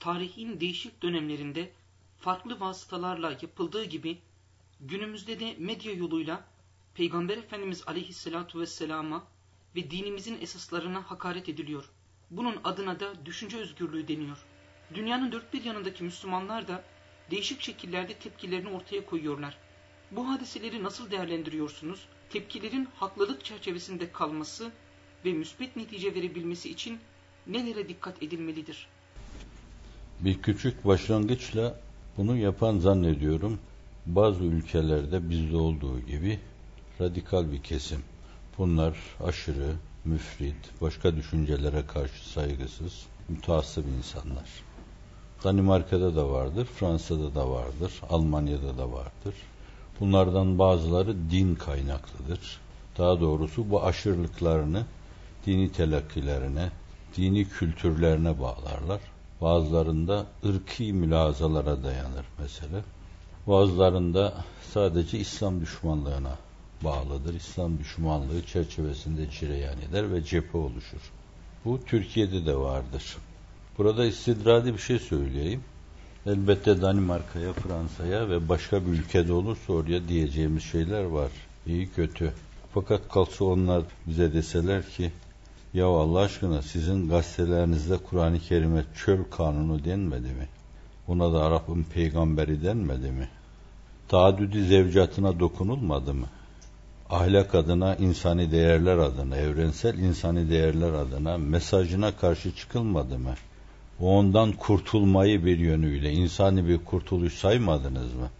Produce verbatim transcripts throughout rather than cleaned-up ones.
tarihin değişik dönemlerinde farklı vasıtalarla yapıldığı gibi günümüzde de medya yoluyla Peygamber Efendimiz Aleyhisselatu Vesselam'a ve dinimizin esaslarına hakaret ediliyor. Bunun adına da düşünce özgürlüğü deniyor. Dünyanın dört bir yanındaki Müslümanlar da değişik şekillerde tepkilerini ortaya koyuyorlar. Bu hadiseleri nasıl değerlendiriyorsunuz? Tepkilerin haklılık çerçevesinde kalması ve müsbet netice verebilmesi için nelere dikkat edilmelidir? Bir küçük başlangıçla bunu yapan zannediyorum bazı ülkelerde bizde olduğu gibi radikal bir kesim. Bunlar aşırı, müfrit, başka düşüncelere karşı saygısız, müteassıp insanlar. Danimarka'da da vardır, Fransa'da da vardır, Almanya'da da vardır. Bunlardan bazıları din kaynaklıdır. Daha doğrusu bu aşırılıklarını dini telakkilerine, dini kültürlerine bağlarlar. Bazılarında ırkî mülazalara dayanır mesela. Bazılarında sadece İslam düşmanlığına bağlıdır. İslam düşmanlığı çerçevesinde cereyan eder ve cephe oluşur. Bu Türkiye'de de vardır. Burada istidradi bir şey söyleyeyim. Elbette Danimarka'ya, Fransa'ya ve başka bir ülkede olursa oraya diyeceğimiz şeyler var. İyi kötü. Fakat kalksa onlar bize deseler ki ya Allah aşkına sizin gazetelerinizde Kur'an-ı Kerim'e çöl kanunu denmedi mi? Buna da Arap'ın peygamberi denmedi mi? Taaddüdü zevcatına dokunulmadı mı? Ahlak adına, insani değerler adına, evrensel insani değerler adına mesajına karşı çıkılmadı mı? O ondan kurtulmayı bir yönüyle insani bir kurtuluş saymadınız mı?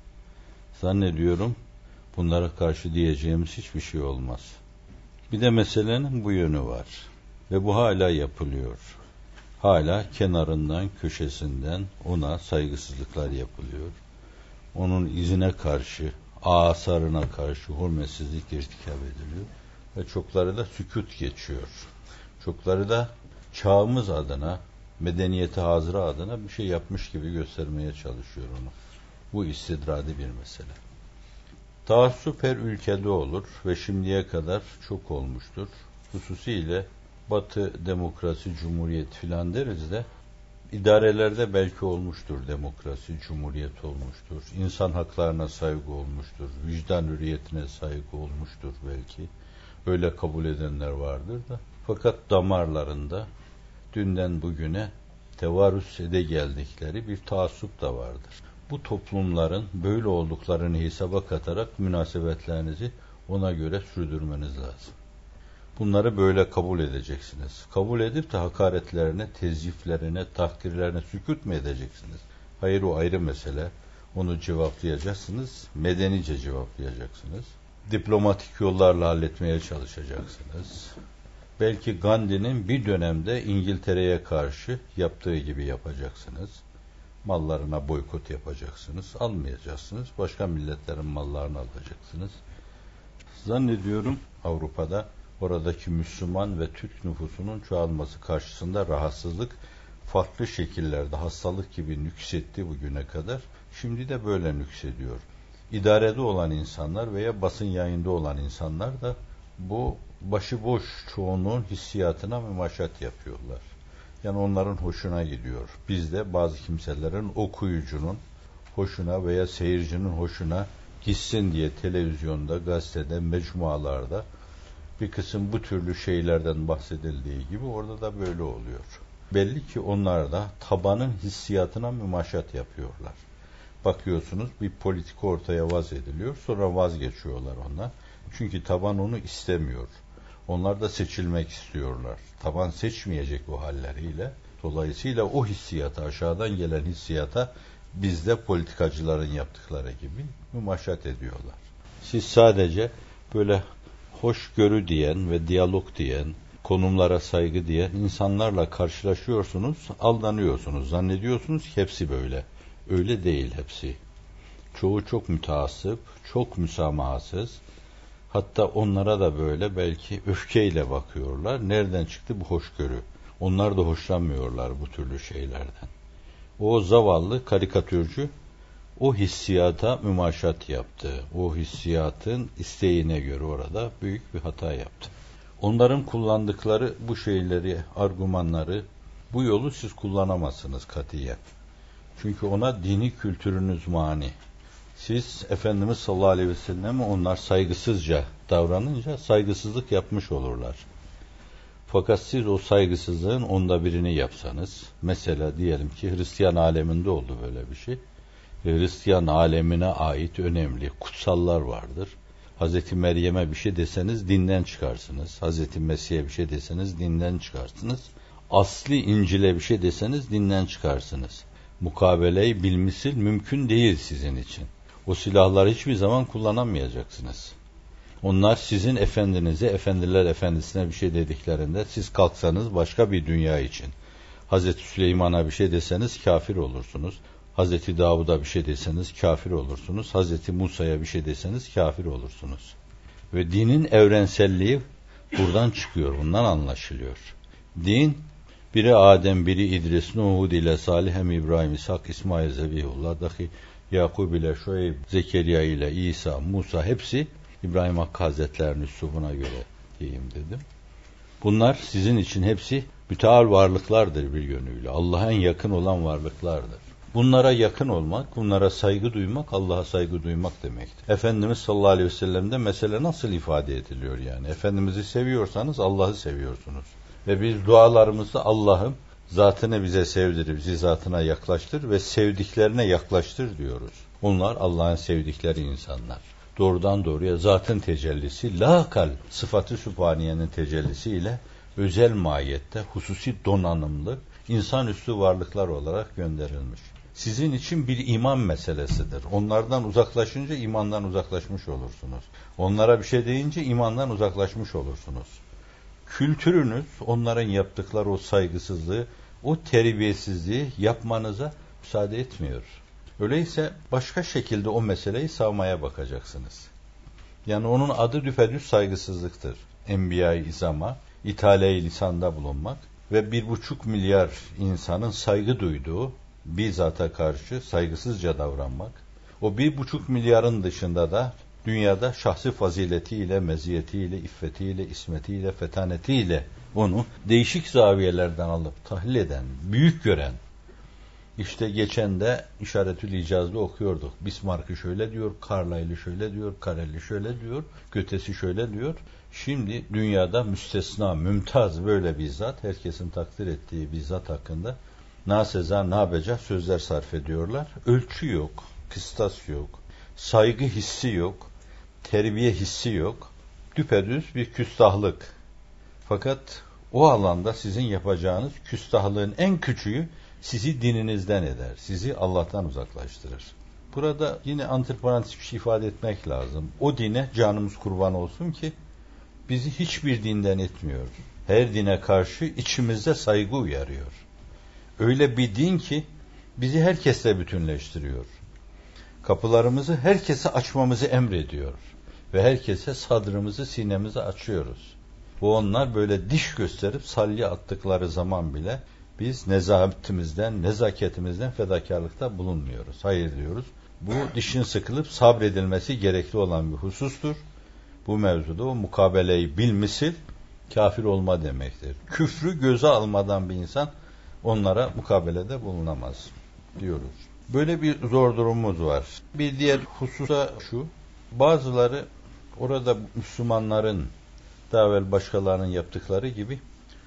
Zannediyorum bunlara karşı diyeceğimiz hiçbir şey olmaz. Bir de meselenin bu yönü var ve bu hala yapılıyor. Hala kenarından, köşesinden ona saygısızlıklar yapılıyor. Onun izine karşı, asarına karşı hürmetsizlik irtikap ediliyor ve çokları da sükût geçiyor. Çokları da çağımız adına, medeniyeti hazıra adına bir şey yapmış gibi göstermeye çalışıyor onu. Bu istidradi bir mesele. Taassup her ülkede olur ve şimdiye kadar çok olmuştur. Hususiyle Batı demokrasi, cumhuriyet filan deriz de idarelerde belki olmuştur demokrasi, cumhuriyet olmuştur. İnsan haklarına saygı olmuştur. Vicdan hürriyetine saygı olmuştur belki. Öyle kabul edenler vardır da. Fakat damarlarında dünden bugüne tevarüs ede geldikleri bir taassup da vardır. Bu toplumların böyle olduklarını hesaba katarak münasebetlerinizi ona göre sürdürmeniz lazım. Bunları böyle kabul edeceksiniz. Kabul edip de hakaretlerine, tezyiflerine, tahkirlerine sükût mü edeceksiniz? Hayır, o ayrı mesele. Onu cevaplayacaksınız, medenice cevaplayacaksınız. Diplomatik yollarla halletmeye çalışacaksınız. Belki Gandhi'nin bir dönemde İngiltere'ye karşı yaptığı gibi yapacaksınız. Mallarına boykot yapacaksınız, almayacaksınız. Başka milletlerin mallarını alacaksınız. Zannediyorum Avrupa'da oradaki Müslüman ve Türk nüfusunun çoğalması karşısında rahatsızlık farklı şekillerde hastalık gibi nüksetti bugüne kadar. Şimdi de böyle nüksediyor. İdarede olan insanlar veya basın yayında olan insanlar da bu başıboş çoğunluğun hissiyatına mümaşat yapıyorlar. Yani onların hoşuna gidiyor. Bizde bazı kimselerin, okuyucunun hoşuna veya seyircinin hoşuna gitsin diye televizyonda, gazetede, mecmualarda bir kısım bu türlü şeylerden bahsedildiği gibi orada da böyle oluyor. Belli ki onlar da tabanın hissiyatına mümaşat yapıyorlar. Bakıyorsunuz bir politik ortaya vaz ediliyor, sonra vazgeçiyorlar onlar. Çünkü taban onu istemiyor. Onlar da seçilmek istiyorlar. Taban seçmeyecek bu halleriyle. Dolayısıyla o hissiyata, aşağıdan gelen hissiyata bizde politikacıların yaptıkları gibi mümaşat ediyorlar. Siz sadece böyle hoşgörü diyen ve diyalog diyen, konumlara saygı diyen insanlarla karşılaşıyorsunuz, aldanıyorsunuz. Zannediyorsunuz ki hepsi böyle. Öyle değil hepsi. Çoğu çok müteassıp, çok müsamahasız. Hatta onlara da böyle belki öfkeyle bakıyorlar. Nereden çıktı bu hoşgörü? Onlar da hoşlanmıyorlar bu türlü şeylerden. O zavallı karikatürcü o hissiyata mümaşat yaptı. O hissiyatın isteğine göre orada büyük bir hata yaptı. Onların kullandıkları bu şeyleri, argümanları Bu yolu siz kullanamazsınız katiyen. Çünkü ona dini kültürünüz mani. Siz Efendimiz sallallahu aleyhi ve sellem'e onlar saygısızca davranınca saygısızlık yapmış olurlar. Fakat siz o saygısızlığın onda birini yapsanız, mesela diyelim ki Hristiyan aleminde oldu böyle bir şey. Hristiyan alemine ait önemli kutsallar vardır. Hazreti Meryem'e bir şey deseniz dinden çıkarsınız. Hazreti Mesih'e bir şey deseniz dinden çıkarsınız. Asli İncil'e bir şey deseniz dinden çıkarsınız. Mukabeleyi bilmisil mümkün değil sizin için. O silahları hiçbir zaman kullanamayacaksınız. Onlar sizin efendinize, efendiler efendisine bir şey dediklerinde siz kalksanız başka bir dünya için. Hazreti Süleyman'a bir şey deseniz kafir olursunuz. Hazreti Davud'a bir şey deseniz kafir olursunuz. Hazreti Musa'ya bir şey deseniz kafir olursunuz. Ve dinin evrenselliği buradan çıkıyor, bundan anlaşılıyor. Din, biri Adem, biri İdris, Nuh ile Salih, hem İbrahim, İshak, İsmail, Zebihullah, dahi Yakub ile Şuayb, Zekeriya ile İsa, Musa, hepsi İbrahim Hakkı Hazretleri'nin üslubuna göre diyeyim dedim. Bunlar sizin için hepsi müteal varlıklardır bir yönüyle. Allah'a en yakın olan varlıklardır. Bunlara yakın olmak, bunlara saygı duymak, Allah'a saygı duymak demektir. Efendimiz sallallahu aleyhi ve sellem'de mesele nasıl ifade ediliyor yani? Efendimiz'i seviyorsanız Allah'ı seviyorsunuz. Ve biz dualarımızda Allah'ım zatını bize sevdir, bizi zatına yaklaştır ve sevdiklerine yaklaştır diyoruz. Onlar Allah'ın sevdikleri insanlar. Doğrudan doğruya zatın tecellisi, lakal sıfatı sübhaniyenin tecellisiyle özel mahiyette, hususi donanımlı, insanüstü varlıklar olarak gönderilmiş. Sizin için bir iman meselesidir. Onlardan uzaklaşınca imandan uzaklaşmış olursunuz. Onlara bir şey deyince imandan uzaklaşmış olursunuz. Kültürünüz onların yaptıkları o saygısızlığı, o terbiyesizliği yapmanıza müsaade etmiyor. Öyleyse başka şekilde o meseleyi savmaya bakacaksınız. Yani onun adı düpedüz saygısızlıktır. Enbiya-i İzam'a ithale-i lisanda bulunmak ve bir buçuk milyar insanın saygı duyduğu bir zata karşı saygısızca davranmak, o bir buçuk milyarın dışında da dünyada şahsi faziletiyle, meziyetiyle, iffetiyle, ismetiyle, fetanetiyle onu değişik zaviyelerden alıp tahlil eden, büyük gören, İşte geçen de İşaretül İcaz'da okuyorduk. Bismarck'ı şöyle diyor, Carlyle'ı şöyle diyor, Carrel'i şöyle diyor, Göte'si şöyle diyor. Şimdi dünyada müstesna, mümtaz böyle bir zat, herkesin takdir ettiği bir zat hakkında naseza, nabeca sözler sarf ediyorlar. Ölçü yok, kıstas yok, saygı hissi yok, terbiye hissi yok. Düpedüz bir küstahlık. Fakat o alanda sizin yapacağınız küstahlığın en küçüğü sizi dininizden eder, sizi Allah'tan uzaklaştırır. Burada yine antiparantez bir şey ifade etmek lazım. O dine canımız kurban olsun ki bizi hiçbir dinden etmiyor. Her dine karşı içimizde saygı uyarıyor. Öyle bir din ki bizi herkesle bütünleştiriyor. Kapılarımızı herkese açmamızı emrediyor. Ve herkese sadrımızı, sinemizi açıyoruz. Bu onlar böyle diş gösterip salya attıkları zaman bile biz nezaketimizden, nezaketimizden fedakarlıkta bulunmuyoruz. Hayır diyoruz. Bu dişin sıkılıp sabredilmesi gerekli olan bir husustur. Bu mevzuda o mukabeleyi bilmisil kafir olma demektir. Küfrü göze almadan bir insan onlara mukabelede bulunamaz diyoruz. Böyle bir zor durumumuz var. Bir diğer hususa şu, bazıları orada Müslümanların daha evvel başkalarının yaptıkları gibi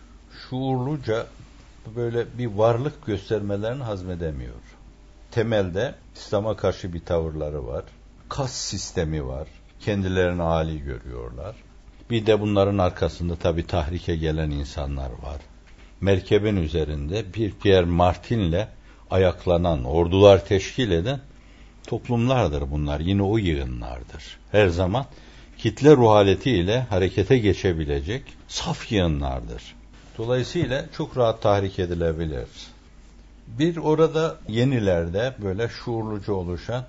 şuurluca böyle bir varlık göstermelerini hazmedemiyor. Temelde İslam'a karşı bir tavırları var. Kas sistemi var. Kendilerini âli görüyorlar. Bir de bunların arkasında tabii tahrike gelen insanlar var. Merkebin üzerinde bir Pierre Martin'le ayaklanan, ordular teşkil eden toplumlardır bunlar. Yine o yığınlardır. Her zaman kitle ruh haletiyle harekete geçebilecek saf yığınlardır. Dolayısıyla çok rahat tahrik edilebilir. Bir orada yenilerde böyle şuurluca oluşan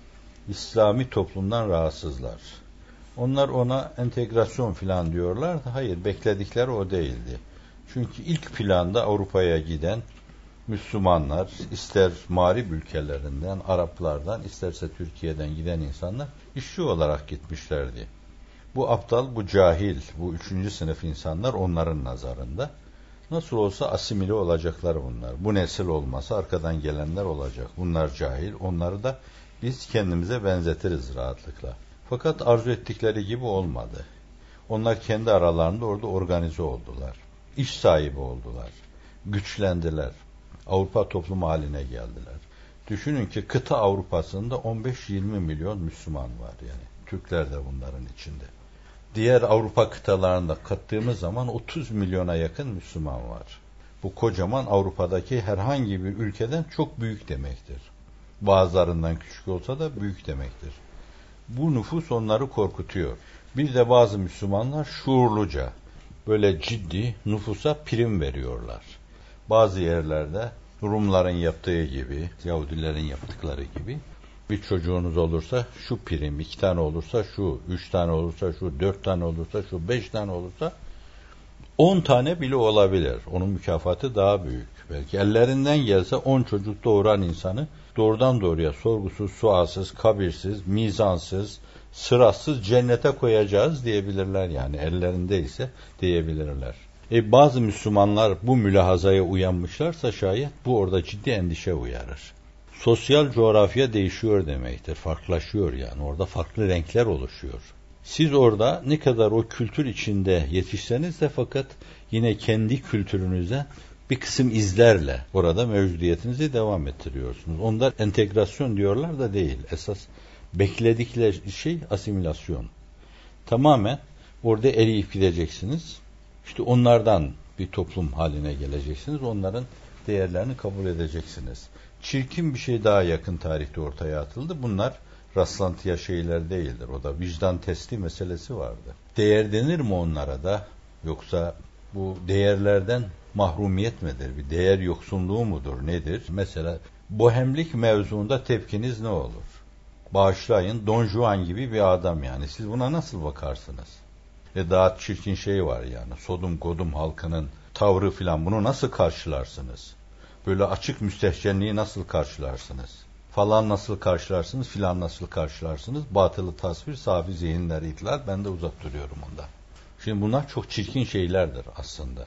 İslami toplumdan rahatsızlar. Onlar ona entegrasyon filan diyorlar da hayır, bekledikleri o değildi. Çünkü ilk planda Avrupa'ya giden Müslümanlar, ister mağrip ülkelerinden, Araplardan, isterse Türkiye'den giden insanlar işçi olarak gitmişlerdi. Bu aptal, bu cahil, bu üçüncü sınıf insanlar onların nazarında Nasıl olsa asimile olacaklar bunlar. Bu nesil olmasa arkadan gelenler olacak. Bunlar cahil. Onları da biz kendimize benzetiriz rahatlıkla. Fakat arzu ettikleri gibi olmadı. Onlar kendi aralarında orada organize oldular. İş sahibi oldular. Güçlendiler. Avrupa toplumu haline geldiler. Düşünün ki kıta Avrupa'sında on beş yirmi milyon Müslüman var yani. Türkler de bunların içinde. Diğer Avrupa kıtalarında kattığımız zaman otuz milyona yakın Müslüman var. Bu kocaman Avrupa'daki herhangi bir ülkeden çok büyük demektir. Bazılarından küçük olsa da büyük demektir. Bu nüfus onları korkutuyor. Bir de bazı Müslümanlar şuurluca, böyle ciddi nüfusa prim veriyorlar. Bazı yerlerde Rumların yaptığı gibi, Yahudilerin yaptıkları gibi, bir çocuğunuz olursa şu prim, iki tane olursa şu, üç tane olursa şu, dört tane olursa şu, beş tane olursa, on tane bile olabilir. Onun mükafatı daha büyük. Belki ellerinden gelse on çocuk doğuran insanı doğrudan doğruya sorgusuz, sualsız, kabirsiz, mizansız, sırasız cennete koyacağız diyebilirler yani. Ellerindeyse diyebilirler. E bazı Müslümanlar bu mülahazaya uyanmışlarsa şayet bu orada ciddi endişe uyarır. Sosyal coğrafya değişiyor demektir. Farklılaşıyor yani. Orada farklı renkler oluşuyor. Siz orada ne kadar o kültür içinde yetişseniz de fakat yine kendi kültürünüze bir kısım izlerle orada mevcudiyetinizi devam ettiriyorsunuz. Onlar entegrasyon diyorlar da değil. Esas bekledikleri şey asimilasyon. Tamamen orada eriyip gideceksiniz. İşte onlardan bir toplum haline geleceksiniz. Onların değerlerini kabul edeceksiniz. Çirkin bir şey daha yakın tarihte ortaya atıldı. Bunlar rastlantıya şeyler değildir. O da vicdan testi meselesi vardı. Değer denir mi onlara da? Yoksa bu değerlerden mahrumiyet midir? Bir değer yoksunluğu mudur? Nedir? Mesela bohemlik mevzuunda tepkiniz ne olur? Bağışlayın, Don Juan gibi bir adam yani. Siz buna nasıl bakarsınız? E daha çirkin şey var yani. Sodum Godum halkının tavrı filan, bunu nasıl karşılarsınız? Böyle açık müstehcenliği nasıl karşılarsınız? Falan nasıl karşılarsınız? Filan nasıl karşılarsınız? Batılı tasvir, safi zihinler itlal. Ben de uzak duruyorum ondan. Şimdi bunlar çok çirkin şeylerdir aslında.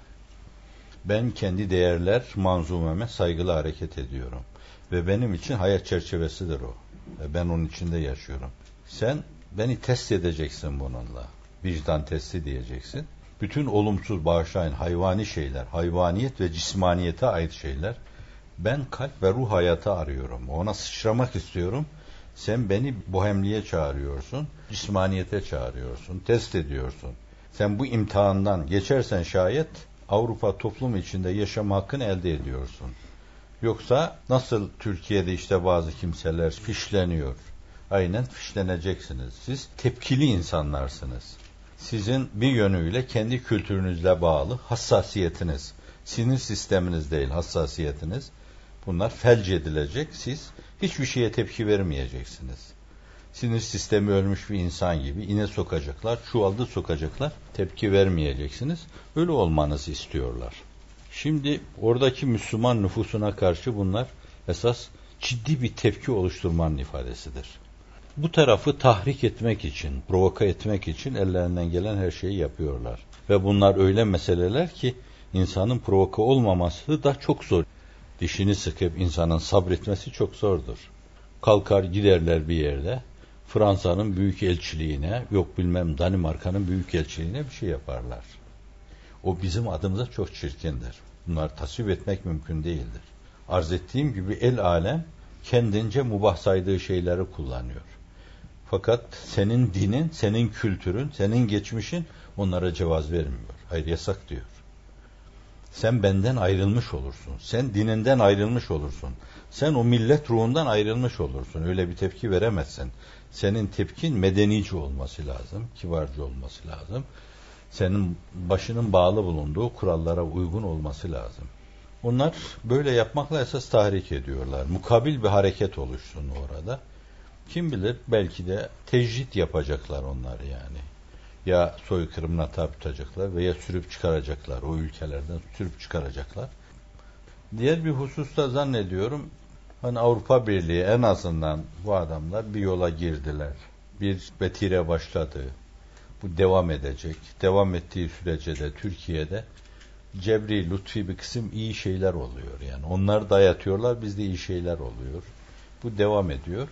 Ben kendi değerler manzumeme saygılı hareket ediyorum. Ve benim için hayat çerçevesidir o. Ve ben onun içinde yaşıyorum. Sen beni test edeceksin bununla. Vicdan testi diyeceksin. Bütün olumsuz, bağışlayın, hayvani şeyler, hayvaniyet ve cismaniyete ait şeyler. Ben kalp ve ruh hayatı arıyorum. Ona sıçramak istiyorum. Sen beni bohemliğe çağırıyorsun, cismaniyete çağırıyorsun, test ediyorsun. Sen bu imtihandan geçersen şayet Avrupa toplumu içinde yaşama hakkını elde ediyorsun. Yoksa nasıl Türkiye'de işte bazı kimseler fişleniyor. Aynen fişleneceksiniz. Siz tepkili insanlarsınız. Sizin bir yönüyle kendi kültürünüzle bağlı hassasiyetiniz, sinir sisteminiz değil hassasiyetiniz. Bunlar felç edilecek. Siz hiçbir şeye tepki vermeyeceksiniz. Sinir sistemi ölmüş bir insan gibi iğne sokacaklar, çuvalda sokacaklar. Tepki vermeyeceksiniz. Öyle olmanızı istiyorlar. Şimdi oradaki Müslüman nüfusuna karşı bunlar esas ciddi bir tepki oluşturmanın ifadesidir. Bu tarafı tahrik etmek için, provoka etmek için ellerinden gelen her şeyi yapıyorlar. Ve bunlar öyle meseleler ki insanın provoka olmaması da çok zor. Dişini sıkıp insanın sabretmesi çok zordur. Kalkar giderler bir yerde, Fransa'nın büyük elçiliğine, yok bilmem Danimarka'nın büyük elçiliğine bir şey yaparlar. O bizim adımıza çok çirkindir. Bunları tasvip etmek mümkün değildir. Arz ettiğim gibi el alem kendince mubah saydığı şeyleri kullanıyor. Fakat senin dinin, senin kültürün, senin geçmişin onlara cevaz vermiyor. Hayır, yasak diyor. Sen benden ayrılmış olursun. Sen dininden ayrılmış olursun. Sen o millet ruhundan ayrılmış olursun. Öyle bir tepki veremezsin. Senin tepkin medenice olması lazım, kibarca olması lazım. Senin başının bağlı bulunduğu kurallara uygun olması lazım. Onlar böyle yapmakla esas tahrik ediyorlar. Mukabil bir hareket oluşsun orada. Kim bilir belki de tecrit yapacaklar onlar yani. Ya soykırımına tabi tutacaklar veya sürüp çıkaracaklar. O ülkelerden sürüp çıkaracaklar. Diğer bir hususta zannediyorum hani Avrupa Birliği en azından bu adamlar bir yola girdiler. Bir vetire başladı. Bu devam edecek. Devam ettiği sürece de Türkiye'de cebri, lütfi bir kısım iyi şeyler oluyor. Yani onlar dayatıyorlar, bizde iyi şeyler oluyor. Bu devam ediyor.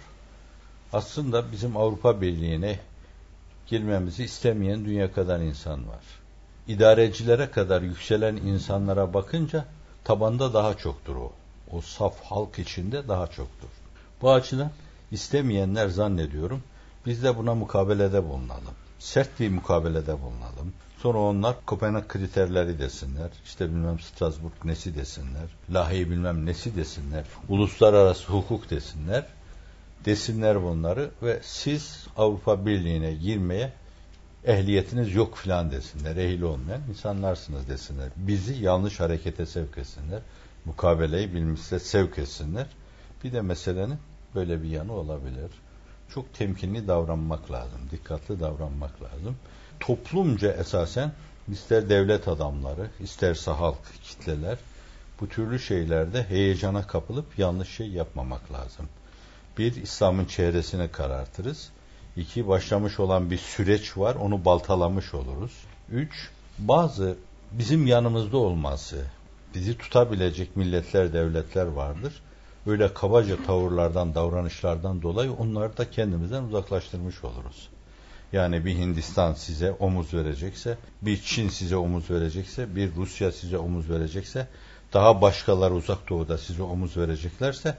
Aslında bizim Avrupa Birliği'ne girmemizi istemeyen dünya kadar insan var. İdarecilere kadar yükselen insanlara bakınca tabanda daha çoktur o. O saf halk içinde daha çoktur. Bu açıdan istemeyenler zannediyorum biz de buna mukabelede bulunalım. Sert bir mukabelede bulunalım. Sonra onlar Kopenhag kriterleri desinler. İşte bilmem Strasbourg nesi desinler. Lahey bilmem nesi desinler. Uluslararası hukuk desinler. Desinler bunları ve siz Avrupa Birliği'ne girmeye ehliyetiniz yok filan desinler. Ehil olmayan insanlarsınız desinler. Bizi yanlış harekete sevk etsinler. Mukabeleyi bilmişse sevk etsinler. Bir de meselenin böyle bir yanı olabilir. Çok temkinli davranmak lazım. Dikkatli davranmak lazım. Toplumca esasen ister devlet adamları, isterse halk, kitleler bu türlü şeylerde heyecana kapılıp yanlış şey yapmamak lazım. Bir, İslam'ın çehresini karartırız. İki, başlamış olan bir süreç var, onu baltalamış oluruz. Üç, bazı bizim yanımızda olması, bizi tutabilecek milletler, devletler vardır. Böyle kabaca tavırlardan, davranışlardan dolayı onları da kendimizden uzaklaştırmış oluruz. Yani bir Hindistan size omuz verecekse, bir Çin size omuz verecekse, bir Rusya size omuz verecekse, daha başkaları uzak doğuda size omuz vereceklerse,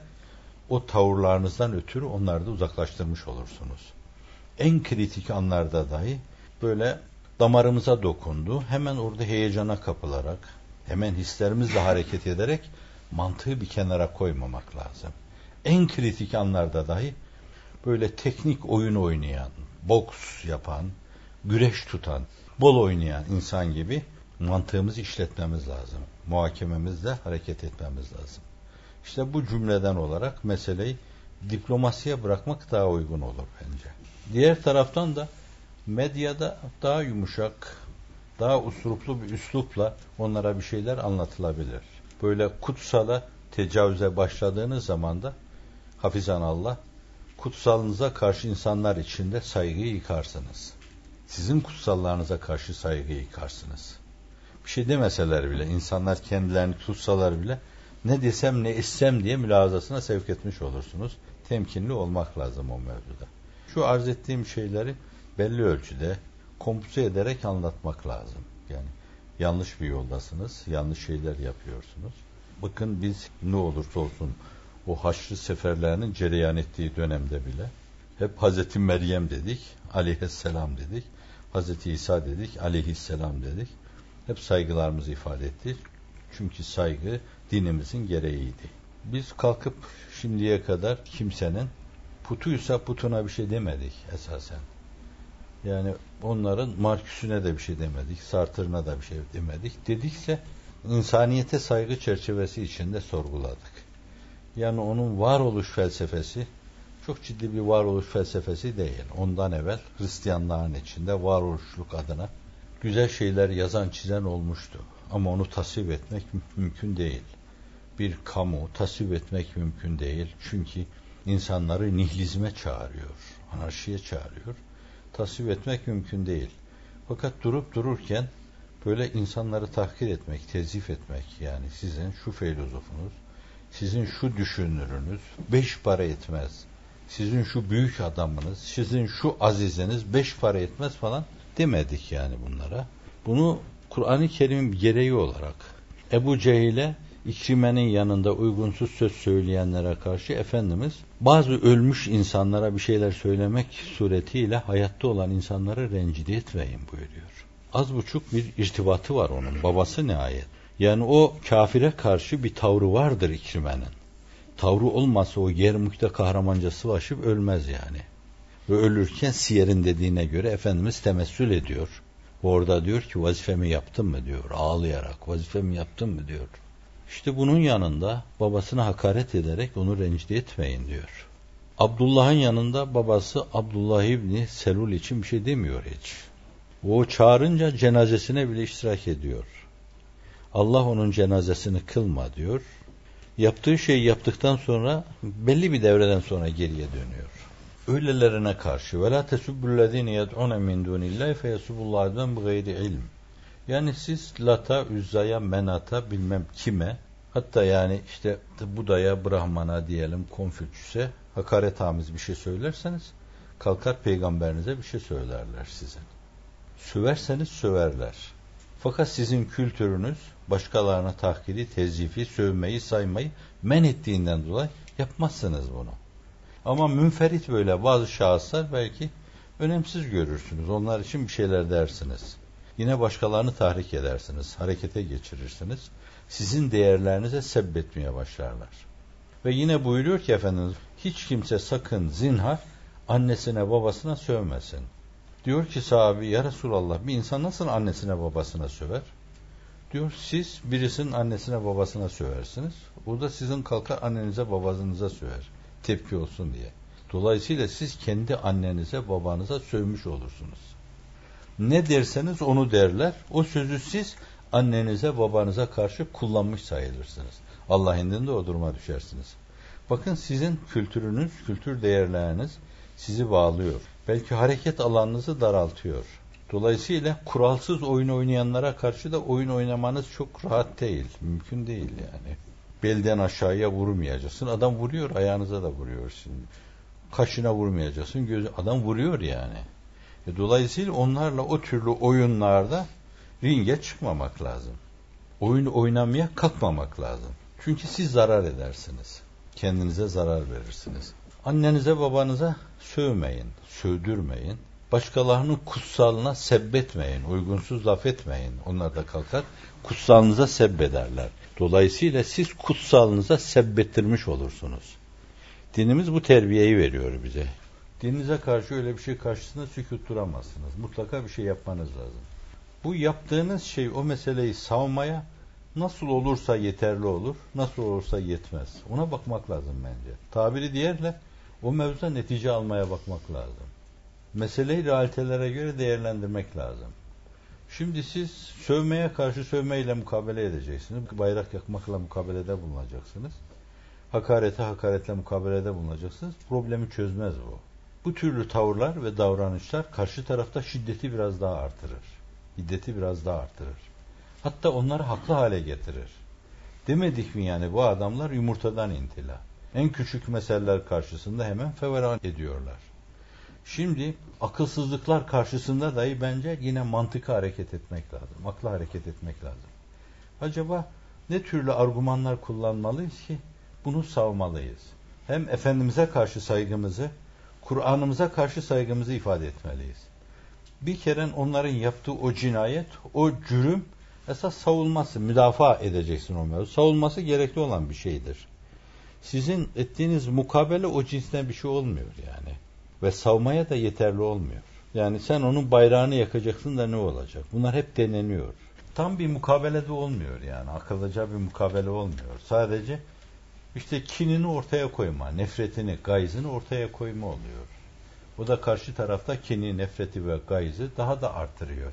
o tavırlarınızdan ötürü onları da uzaklaştırmış olursunuz. En kritik anlarda dahi böyle damarımıza dokundu, hemen orada heyecana kapılarak, hemen hislerimizle hareket ederek mantığı bir kenara koymamak lazım. En kritik anlarda dahi böyle teknik oyun oynayan, boks yapan, güreş tutan, bol oynayan insan gibi mantığımızı işletmemiz lazım. Muhakememizle hareket etmemiz lazım. İşte bu cümleden olarak meseleyi diplomasiye bırakmak daha uygun olur bence. Diğer taraftan da medyada daha yumuşak, daha usuruplu bir üslupla onlara bir şeyler anlatılabilir. Böyle kutsala tecavüze başladığınız zaman da hafizanallah kutsalınıza karşı insanlar içinde saygıyı yıkarsınız. Sizin kutsallarınıza karşı saygıyı yıkarsınız. Bir şey demeseler bile, insanlar kendilerini tutsalar bile ne desem ne etsem diye mülahazasına sevk etmiş olursunuz. Temkinli olmak lazım o mevzuda. Şu arz ettiğim şeyleri belli ölçüde kompüse ederek anlatmak lazım. Yani yanlış bir yoldasınız, yanlış şeyler yapıyorsunuz. Bakın biz ne olursa olsun o Haçlı seferlerinin cereyan ettiği dönemde bile hep Hazreti Meryem dedik, aleyhisselam dedik, Hazreti İsa dedik, aleyhisselam dedik. Hep saygılarımızı ifade ettik. Çünkü saygı dinimizin gereğiydi. Biz kalkıp şimdiye kadar kimsenin putuysa putuna bir şey demedik esasen. Yani onların Marcus'üne de bir şey demedik, Sartre'ına da bir şey demedik. Dedikse insaniyete saygı çerçevesi içinde sorguladık. Yani onun varoluş felsefesi çok ciddi bir varoluş felsefesi değil. Ondan evvel Hristiyanların içinde varoluşluk adına güzel şeyler yazan çizen olmuştu. Ama onu tasvip etmek mümkün değil. Bir kamu tasvip etmek mümkün değil. Çünkü insanları nihilizme çağırıyor, anarşiye çağırıyor. Tasvip etmek mümkün değil. Fakat durup dururken böyle insanları tahkir etmek, tezif etmek, yani sizin şu filozofunuz, sizin şu düşünürünüz beş para etmez, sizin şu büyük adamınız, sizin şu aziziniz beş para etmez falan demedik yani bunlara. Bunu Kur'an-ı Kerim'in gereği olarak Ebu Cehil'e İkrime'nin yanında uygunsuz söz söyleyenlere karşı Efendimiz bazı ölmüş insanlara bir şeyler söylemek suretiyle hayatta olan insanları rencide etmeyin buyuruyor. Az buçuk bir irtibatı var onun, babası nihayet. Yani o kafire karşı bir tavrı vardır İkrime'nin. Tavrı olmasa o Yermük'te kahramanca savaşıp ölmez yani. Ve ölürken Siyer'in dediğine göre Efendimiz temessül ediyor. Orada diyor ki vazifemi yaptım mı diyor, ağlayarak vazifemi yaptım mı diyor. İşte bunun yanında babasına hakaret ederek onu rencide etmeyin diyor. Abdullah'ın yanında babası Abdullah İbni Selul için bir şey demiyor hiç. O çağırınca cenazesine bile iştirak ediyor. Allah onun cenazesini kılma diyor. Yaptığı şeyi yaptıktan sonra belli bir devreden sonra geriye dönüyor. Öylelerine karşı وَلَا تَسُبُّ الَّذ۪ينَ يَدْعُونَ مِنْ دُونِ اللّٰهِ فَيَسُبُّ اللّٰهِ بِغَيْرِ ilm. Yani siz Lat'a, Üzza'ya, Menat'a, bilmem kime, hatta yani işte Buda'ya, Brahman'a diyelim, Konfüçyüs'e hakaretamiz bir şey söylerseniz kalkar peygamberinize bir şey söylerler size. Söverseniz söverler. Fakat sizin kültürünüz başkalarına tahkiri, tezyifi, sövmeyi, saymayı men ettiğinden dolayı yapmazsınız bunu. Ama münferit böyle bazı şahıslar belki önemsiz görürsünüz. Onlar için bir şeyler dersiniz. Yine başkalarını tahrik edersiniz, harekete geçirirsiniz. Sizin değerlerinize sebbetmeye başlarlar. Ve yine buyuruyor ki Efendimiz, hiç kimse sakın zinhar annesine babasına sövmesin. Diyor ki sahabi, ya Resulallah, bir insan nasıl annesine babasına söver? Diyor, siz birisinin annesine babasına söversiniz. O da sizin kalkar annenize babanıza söver. Tepki olsun diye. Dolayısıyla siz kendi annenize babanıza sövmüş olursunuz. Ne derseniz onu derler. O sözü siz annenize babanıza karşı kullanmış sayılırsınız. Allah indinde o duruma düşersiniz. Bakın sizin kültürünüz, kültür değerleriniz sizi bağlıyor. Belki hareket alanınızı daraltıyor. Dolayısıyla kuralsız oyun oynayanlara karşı da oyun oynamanız çok rahat değil. Mümkün değil yani. Belden aşağıya vurmayacaksın. Adam vuruyor, ayağınıza da vuruyor şimdi. Kaşına vurmayacaksın. Gözü, adam vuruyor yani. E dolayısıyla onlarla o türlü oyunlarda ringe çıkmamak lazım. Oyun oynamaya kalkmamak lazım. Çünkü siz zarar edersiniz. Kendinize zarar verirsiniz. Annenize babanıza sövmeyin, sövdürmeyin. Başkalarının kutsalına sebbetmeyin, uygunsuz laf etmeyin. Onlar da kalkar kutsalınıza sebbederler. Dolayısıyla siz kutsalınıza sebbettirmiş olursunuz. Dinimiz bu terbiyeyi veriyor bize. Dininize karşı öyle bir şey karşısında sükût duramazsınız. Mutlaka bir şey yapmanız lazım. Bu yaptığınız şey o meseleyi savmaya nasıl olursa yeterli olur, nasıl olursa yetmez. Ona bakmak lazım bence. Tabiri diğerle o mevzuda netice almaya bakmak lazım. Meseleyi realitelere göre değerlendirmek lazım. Şimdi siz sövmeye karşı sövmeyle mukabele edeceksiniz. Bayrak yakmakla mukabelede bulunacaksınız. Hakarete hakaretle mukabelede bulunacaksınız. Problemi çözmez bu. Bu türlü tavırlar ve davranışlar karşı tarafta şiddeti biraz daha artırır. Hiddeti biraz daha artırır. Hatta onları haklı hale getirir. Demedik mi yani bu adamlar yumurtadan intila. En küçük meseleler karşısında hemen feveran ediyorlar. Şimdi akılsızlıklar karşısında dahi bence yine mantıklı hareket etmek lazım. Aklı hareket etmek lazım. Acaba ne türlü argümanlar kullanmalıyız ki bunu savmalıyız? Hem Efendimiz'e karşı saygımızı, Kur'an'ımıza karşı saygımızı ifade etmeliyiz. Bir kere onların yaptığı o cinayet, o cürüm esas savunması, müdafaa edeceksin o mevzu. Savunması gerekli olan bir şeydir. Sizin ettiğiniz mukabele o cinsten bir şey olmuyor yani. Ve savmaya da yeterli olmuyor. Yani sen onun bayrağını yakacaksın da ne olacak? Bunlar hep deneniyor. Tam bir mukabele de olmuyor yani. Akıllıca bir mukabele olmuyor. Sadece işte kinini ortaya koyma, nefretini, gayzını ortaya koyma oluyor. O da karşı tarafta kini, nefreti ve gayzı daha da artırıyor.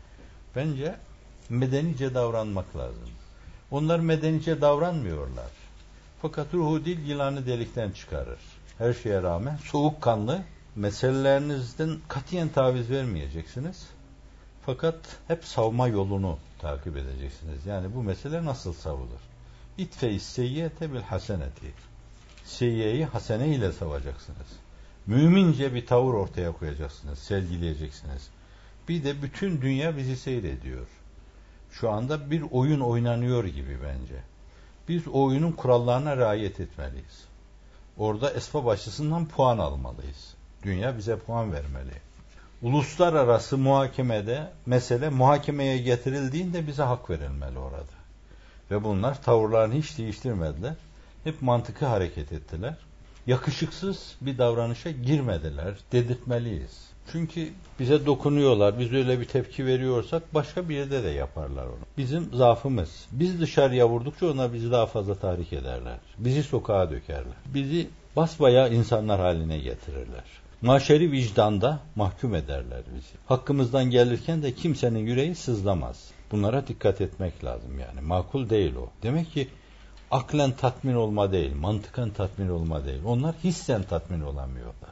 Bence medenice davranmak lazım. Onlar medenice davranmıyorlar. Fakat ruhu dil yılanı delikten çıkarır. Her şeye rağmen soğukkanlı, meselelerinizden katiyen taviz vermeyeceksiniz. Fakat hep savma yolunu takip edeceksiniz. Yani bu mesele nasıl savulur? İtfe-i seyyiyete bil haseneti. Seyyiyeyi hasene ile savacaksınız. Mümince bir tavır ortaya koyacaksınız, sergileyeceksiniz. Bir de bütün dünya bizi seyrediyor. Şu anda bir oyun oynanıyor gibi bence. Biz o oyunun kurallarına riayet etmeliyiz. Orada esbab açısından puan almalıyız. Dünya bize puan vermeli. Uluslararası muhakemede mesele muhakemeye getirildiğinde bize hak verilmeli orada. Ve bunlar tavırlarını hiç değiştirmediler. Hep mantıklı hareket ettiler. Yakışıksız bir davranışa girmediler. Dedirtmeliyiz. Çünkü bize dokunuyorlar. Biz öyle bir tepki veriyorsak başka bir yerde de yaparlar onu. Bizim zaafımız. Biz dışarıya vurdukça onlar bizi daha fazla tahrik ederler. Bizi sokağa dökerler. Bizi basbayağı insanlar haline getirirler. Maşeri vicdanda mahkum ederler bizi. Hakkımızdan gelirken de kimsenin yüreği sızlamaz. Bunlara dikkat etmek lazım yani. Makul değil o. Demek ki aklen tatmin olma değil, mantıken tatmin olma değil. Onlar hissen tatmin olamıyorlar.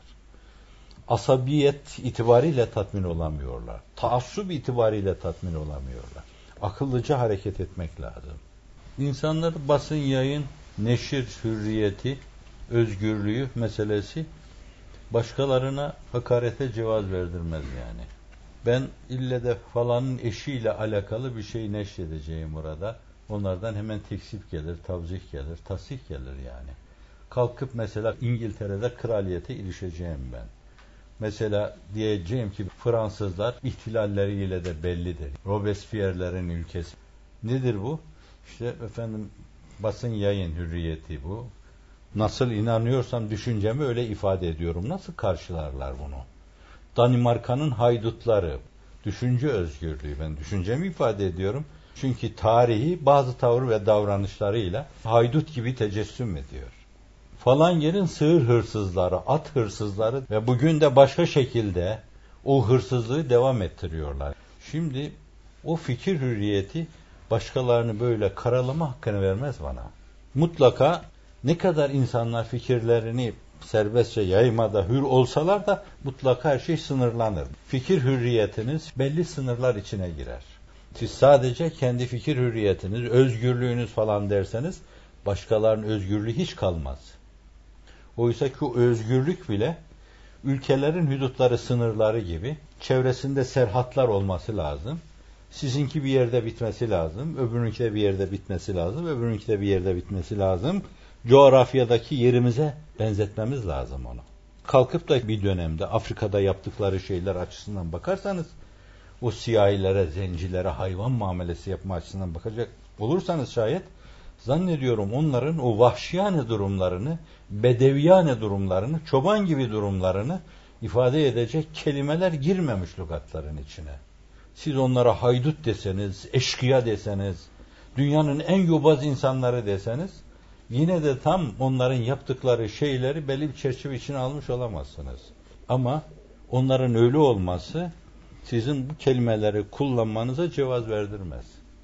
Asabiyet itibariyle tatmin olamıyorlar. Taassup itibariyle tatmin olamıyorlar. Akıllıca hareket etmek lazım. İnsanlar basın, yayın, neşir hürriyeti, özgürlüğü meselesi başkalarına hakarete cevaz verdirmez yani. Ben ille de falanın eşiyle alakalı bir şey neşredeceğim burada. Onlardan hemen tekzip gelir, tavzih gelir, tasih gelir yani. Kalkıp mesela İngiltere'de kraliyete ilişeceğim ben. Mesela diyeceğim ki Fransızlar ihtilalleriyle de bellidir. Robespierre'lerin ülkesi. Nedir bu? İşte efendim basın, yayın hürriyeti bu. Nasıl inanıyorsam düşüncemi öyle ifade ediyorum. Nasıl karşılarlar bunu? Danimarka'nın haydutları, düşünce özgürlüğü. Ben düşüncemi ifade ediyorum. Çünkü tarihi bazı tavır ve davranışlarıyla haydut gibi tecessüm ediyor. Falan yerin sığır hırsızları, at hırsızları ve bugün de başka şekilde o hırsızlığı devam ettiriyorlar. Şimdi o fikir hürriyeti başkalarını böyle karalama hakkını vermez bana. Mutlaka ne kadar insanlar fikirlerini serbestçe yaymada hür olsalar da mutlaka her şey sınırlanır. Fikir hürriyetiniz belli sınırlar içine girer. Siz sadece kendi fikir hürriyetiniz, özgürlüğünüz falan derseniz başkalarının özgürlüğü hiç kalmaz. Oysa ki o özgürlük bile ülkelerin hudutları, sınırları gibi çevresinde serhatlar olması lazım. Sizinki bir yerde bitmesi lazım, öbürünki de bir yerde bitmesi lazım, öbürünki de bir yerde bitmesi lazım. Coğrafyadaki yerimize benzetmemiz lazım onu. Kalkıp da bir dönemde Afrika'da yaptıkları şeyler açısından bakarsanız, o siyahilere, zencilere hayvan muamelesi yapma açısından bakacak olursanız şayet, zannediyorum onların o vahşiyane durumlarını, bedeviyane durumlarını, çoban gibi durumlarını ifade edecek kelimeler girmemiş lügatların içine. Siz onlara haydut deseniz, eşkıya deseniz, dünyanın en yobaz insanları deseniz, yine de tam onların yaptıkları şeyleri belli bir çerçeve içine almış olamazsınız. Ama onların öyle olması sizin bu kelimeleri kullanmanıza cevaz verdirmez.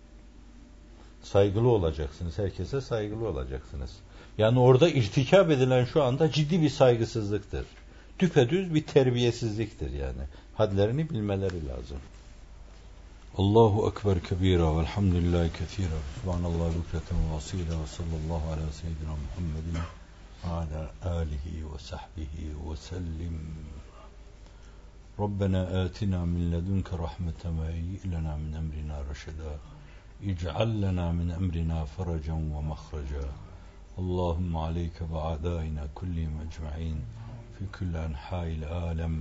Saygılı olacaksınız, herkese saygılı olacaksınız. Yani orada irtikap edilen şu anda ciddi bir saygısızlıktır. Düpedüz bir terbiyesizliktir yani. Hadlerini bilmeleri lazım. Allahu ekber kebira velhamdülillahi kethira. Subhanallah bükreten ve asila ve sallallahu ala seyyidina Muhammedin ala alihi ve sahbihi ve sellim. Rabbena atina min ledunke rahmeten ve eyyi lena min emrina reşeda. İc'al lena min emrina feracan ve mahraca. Allahümme aleyke ve a'daina kullihim ecma'in fi kulli enha'il alem.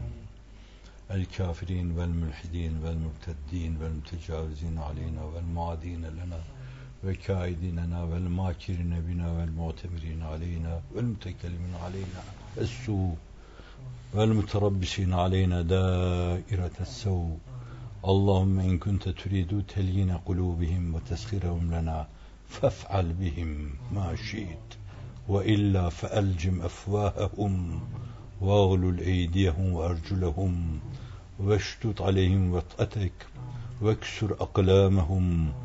الكافرين والملحدين والمرتدين والمتجاوزين علينا والمعادين لنا وكائديننا والماكرين بنا والمعتمرين علينا والمتكلمين علينا السوء والمتربصين علينا دائرة السوء اللهم إن كنت تريد تليين قلوبهم وتسخيرهم لنا فافعل بهم ما شئت وإلا فألجم أفواههم واغلل أيديهم وأرجلهم واشتت عليهم وطأتك واكسر أقلامهم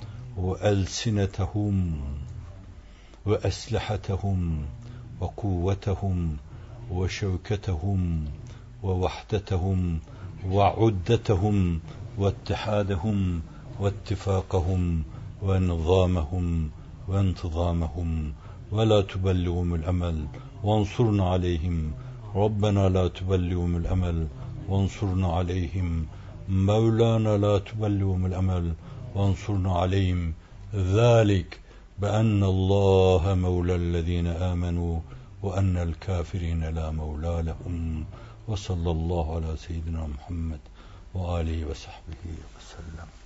وألسنتهم وأسلحتهم وقوتهم وشوكتهم ووحدتهم وعدتهم واتحادهم واتفاقهم ونظامهم وانتظامهم ولا تبلغهم الأمل وانصرنا عليهم ربنا لا تبلغهم الأمل وانصرنا عليهم مولانا لا تبلغهم الأمل وانصرنا عليهم ذلك بأن الله مولى الذين آمنوا وأن الكافرين لا مولى لهم وصلى الله على سيدنا محمد وآله وصحبه وسلم.